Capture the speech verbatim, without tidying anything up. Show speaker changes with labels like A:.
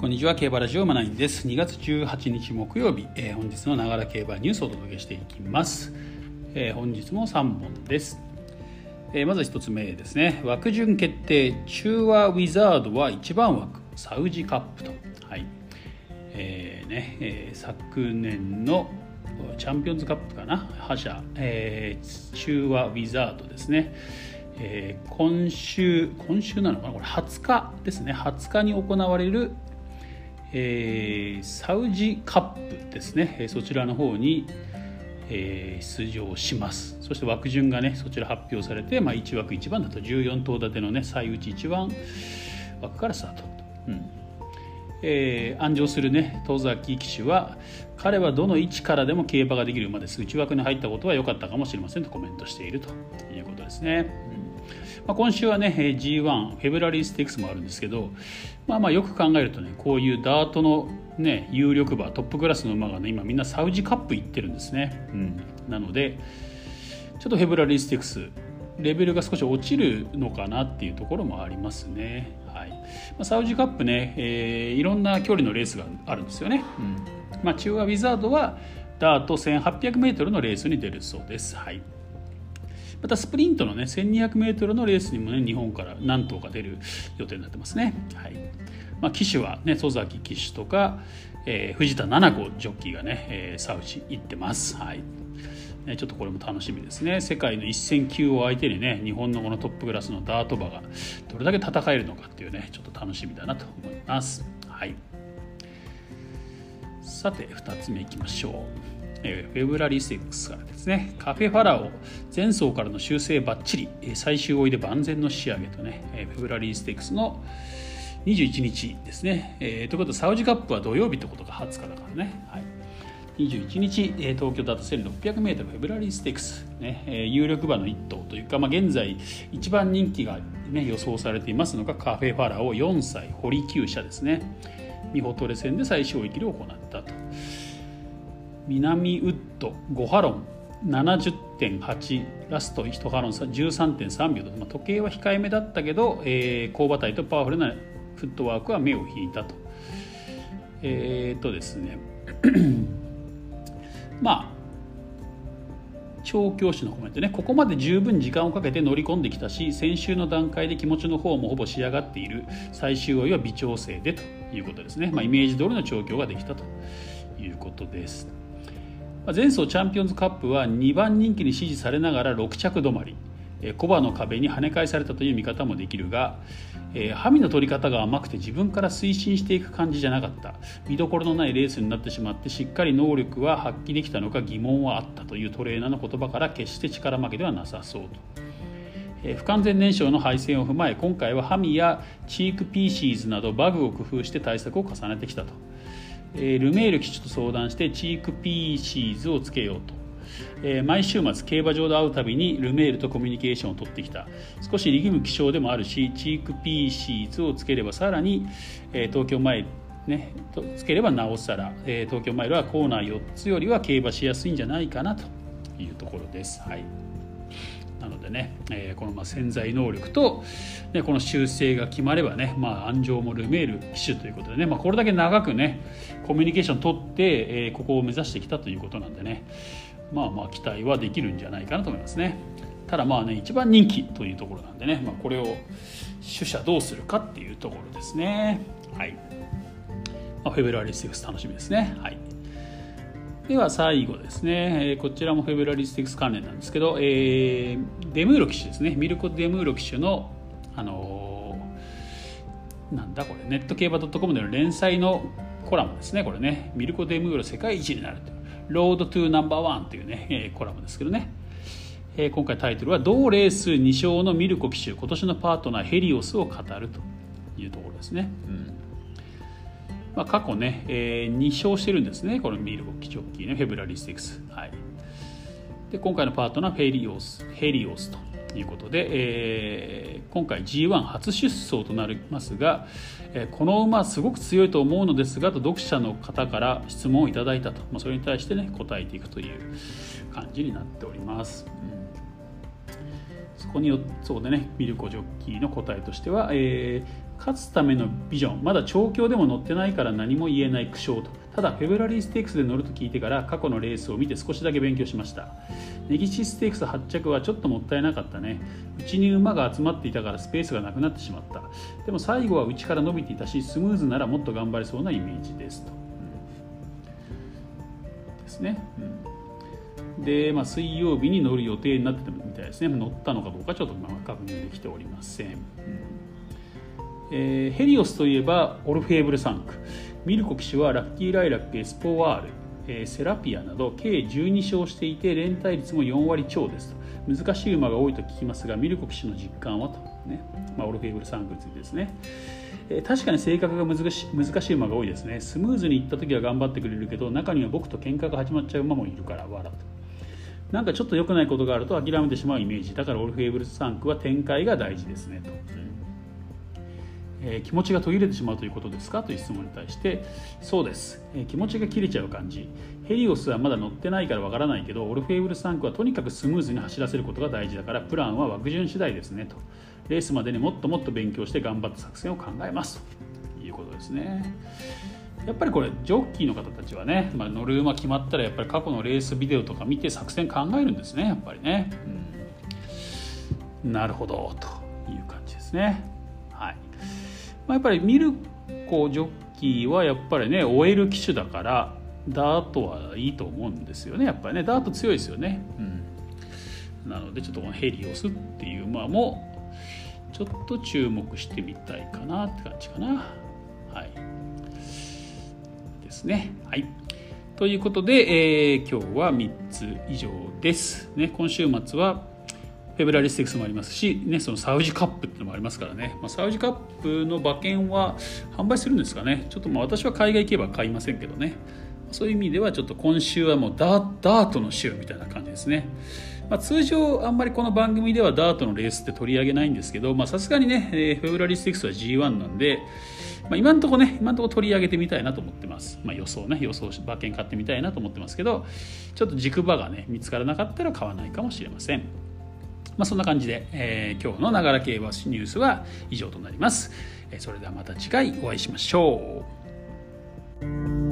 A: こんにちは、競馬ラジオマナインです。にがつじゅうはちにち木曜日、えー、本日のながら競馬ニュースをお届けしていきます。えー、本日もさんぼんです。えー、まずひとつめですね。枠順決定、中和ウィザードはいちばん枠サウジカップと、はいえーねえー、昨年のチャンピオンズカップかな、覇者、えー、中和ウィザードですね。えー、今週今週なのかな、これはつかですね。はつかに行われる、えー、サウジカップですね。そちらの方に、えー、出場します。そして枠順がねそちら発表されて、まあ、いち枠いちばんだとじゅうよんとう立てのね最内いちばん枠からスタート、うんえー、安城するね戸崎騎手は、彼はどの位置からでも競馬ができる馬です。内枠に入ったことは良かったかもしれませんとコメントしているということですね。うんまあ、今週はね ジーワン フェブラリーステークスもあるんですけど、まあ、まあよく考えるとね、こういうダートの、ね、有力馬トップクラスの馬がね今みんなサウジカップ行ってるんですね。うん、なのでちょっとフェブラリーステークスレベルが少し落ちるのかなっていうところもありますね。はいまあ、サウジカップね、えー、いろんな距離のレースがあるんですよね。うんまあ、中和ウィザードはダートせんはっぴゃくメートルのレースに出るそうです。はいまたスプリントのねせんにひゃくメートルのレースにもね日本から何頭か出る予定になってますね。はいまあ、騎手はね戸崎騎手とか、えー、藤田七子ジョッキーがね、えー、サウジ行ってます。はいね、ちょっとこれも楽しみですね。世界のいっせんきゅうを相手にね日本のこのトップクラスのダート馬がどれだけ戦えるのかっていうねちょっと楽しみだなと思います。はい、さてふたつめいきましょう。フェブラリーステークスからですね。カフェファラオ前走からの修正バッチリ、最終追いで万全の仕上げとね、フェブラリーステークスのにじゅういちにちですね。えー、ということでサウジカップは土曜日ってことがはつかだからね。はい、にじゅういちにち東京ダートせんろっぴゃくメートルフェブラリーステークス、ね、有力馬のいっとうというか、まあ、現在一番人気が、ね、予想されていますのがカフェファラオよんさい堀厩舎ですね。ミホトレ戦で最終追い切りを行ったと。南ウッドごハロン ななじゅってんはち ラストいちハロン じゅうさんてんさんびょうと、まあ、時計は控えめだったけど、えー、高馬体とパワフルなフットワークは目を引いたと。えー、っとですねまあ調教師のコメントね、ここまで十分時間をかけて乗り込んできたし、先週の段階で気持ちの方もほぼ仕上がっている。最終追いは微調整でということですね。まあ、イメージ通りの調教ができたということです。前走チャンピオンズカップはにばん人気に支持されながらろくちゃく止まり、コバの壁に跳ね返されたという見方もできるが、ハミの取り方が甘くて自分から推進していく感じじゃなかった。見どころのないレースになってしまって、しっかり能力は発揮できたのか疑問はあったというトレーナーの言葉から、決して力負けではなさそうと。不完全燃焼の敗戦を踏まえ、今回はハミやチークピーシーズなどバグを工夫して対策を重ねてきたと。ルメール騎手と相談してチークピーシーズをつけようと。毎週末競馬場で会うたびにルメールとコミュニケーションを取ってきた。少し力む気性でもあるし、チークピーシーズをつければさらに東京マイルねつければなおさら東京マイルはコーナーよっつよりは競馬しやすいんじゃないかなというところです。はい、なのでね、えー、このまあ潜在能力と、ね、この修正が決まればね、まあ、安城もルメール騎手ということでね、まあ、これだけ長くねコミュニケーション取って、えー、ここを目指してきたということなんでね、まあまあ期待はできるんじゃないかなと思いますね。ただまあね一番人気というところなんでね、まあ、これを取捨どうするかっていうところですね。はい、まあ、フェブラリーステークス楽しみですね。はい、では最後ですね、こちらもフェブラリーステークス関連なんですけど、えー、デムーロ騎手ですね。ミルコ・デムーロ騎手の、あのー、なんだこれネット競馬 .com での連載のコラムですね。これね、ミルコ・デムーロ世界一になるというロードトゥーナンバーワンというね、えー、コラムですけどね、えー、今回タイトルは同レースに勝のミルコ騎手、今年のパートナーヘリオスを語るというところですね。うんまあ、過去ね、えー、に勝してるんですね、このミルコ騎ジョッキーね、フェブラリーステークス。はい、で今回のパートナーヘリオス、ヘリオスということで、えー、今回 ジーワン 初出走となりますが、えー、この馬すごく強いと思うのですがと読者の方から質問をいただいたと、まあ、それに対してね答えていくという感じになっております。うんそこによそうでねミルコジョッキーの答えとしては、えー、勝つためのビジョン、まだ調教でも乗ってないから何も言えない苦笑と。ただフェブラリーステークスで乗ると聞いてから過去のレースを見て少しだけ勉強しました。ネギシステークス発着はちょっともったいなかったね。内に馬が集まっていたからスペースがなくなってしまった。でも最後は内から伸びていたし、スムーズならもっと頑張れそうなイメージですと、うん、ですね、うん、で、まあ、水曜日に乗る予定になってたみたいですね。乗ったのかどうかちょっとまあ確認できておりません、うん。えー、ヘリオスといえばオルフェーブルサンク、ミルコ騎手はラッキーライラック、エスポワール、えー、セラピアなど計じゅうに勝していて連帯率もよん割超ですと。難しい馬が多いと聞きますがミルコ騎手の実感はと、ね、まあ、オルフェーブルサンクについてですね、えー、確かに性格が難しい、難しい馬が多いですね。スムーズにいった時は頑張ってくれるけど中には僕と喧嘩が始まっちゃう馬もいるから笑と。なんかちょっと良くないことがあると諦めてしまうイメージだからオルフェーブルサンクは展開が大事ですねと、えー、気持ちが途切れてしまうということですかという質問に対してそうです、えー、気持ちが切れちゃう感じ。ヘリオスはまだ乗ってないからわからないけどオルフェーブルサンクはとにかくスムーズに走らせることが大事だからプランは枠順次第ですねと。レースまでにもっともっと勉強して頑張った作戦を考えますということですね。やっぱりこれジョッキーの方たちはね、まあ、乗る馬決まったらやっぱり過去のレースビデオとか見て作戦考えるんですねやっぱりね、うん、なるほどという感じですね。はい、まあ、やっぱりミルコジョッキーはやっぱりね追える騎手だからダートはいいと思うんですよね。やっぱりねダート強いですよね、うん、なのでちょっとこのヘリオスっていう馬もちょっと注目してみたいかなって感じかな。はいですね。はい、ということで、えー、今日はみっつ以上です、ね。今週末はフェブラリーステークスもありますし、ね、そのサウジカップっていうのもありますからね、まあ、サウジカップの馬券は販売するんですかね。ちょっとまあ私は海外行けば買いませんけどね。そういう意味ではちょっと今週はもうダー、ダートの週みたいな感じですね。まあ、通常あんまりこの番組ではダートのレースって取り上げないんですけど、さすがにね、えー、フェブラリーステークスは ジーワン なんで、まあ、今のところね今のところ取り上げてみたいなと思ってます。まあ、予想ね予想馬券買ってみたいなと思ってますけど、ちょっと軸馬がね見つからなかったら買わないかもしれません。まあ、そんな感じで、えー、今日のながら競馬ニュースは以上となります。それではまた次回お会いしましょう。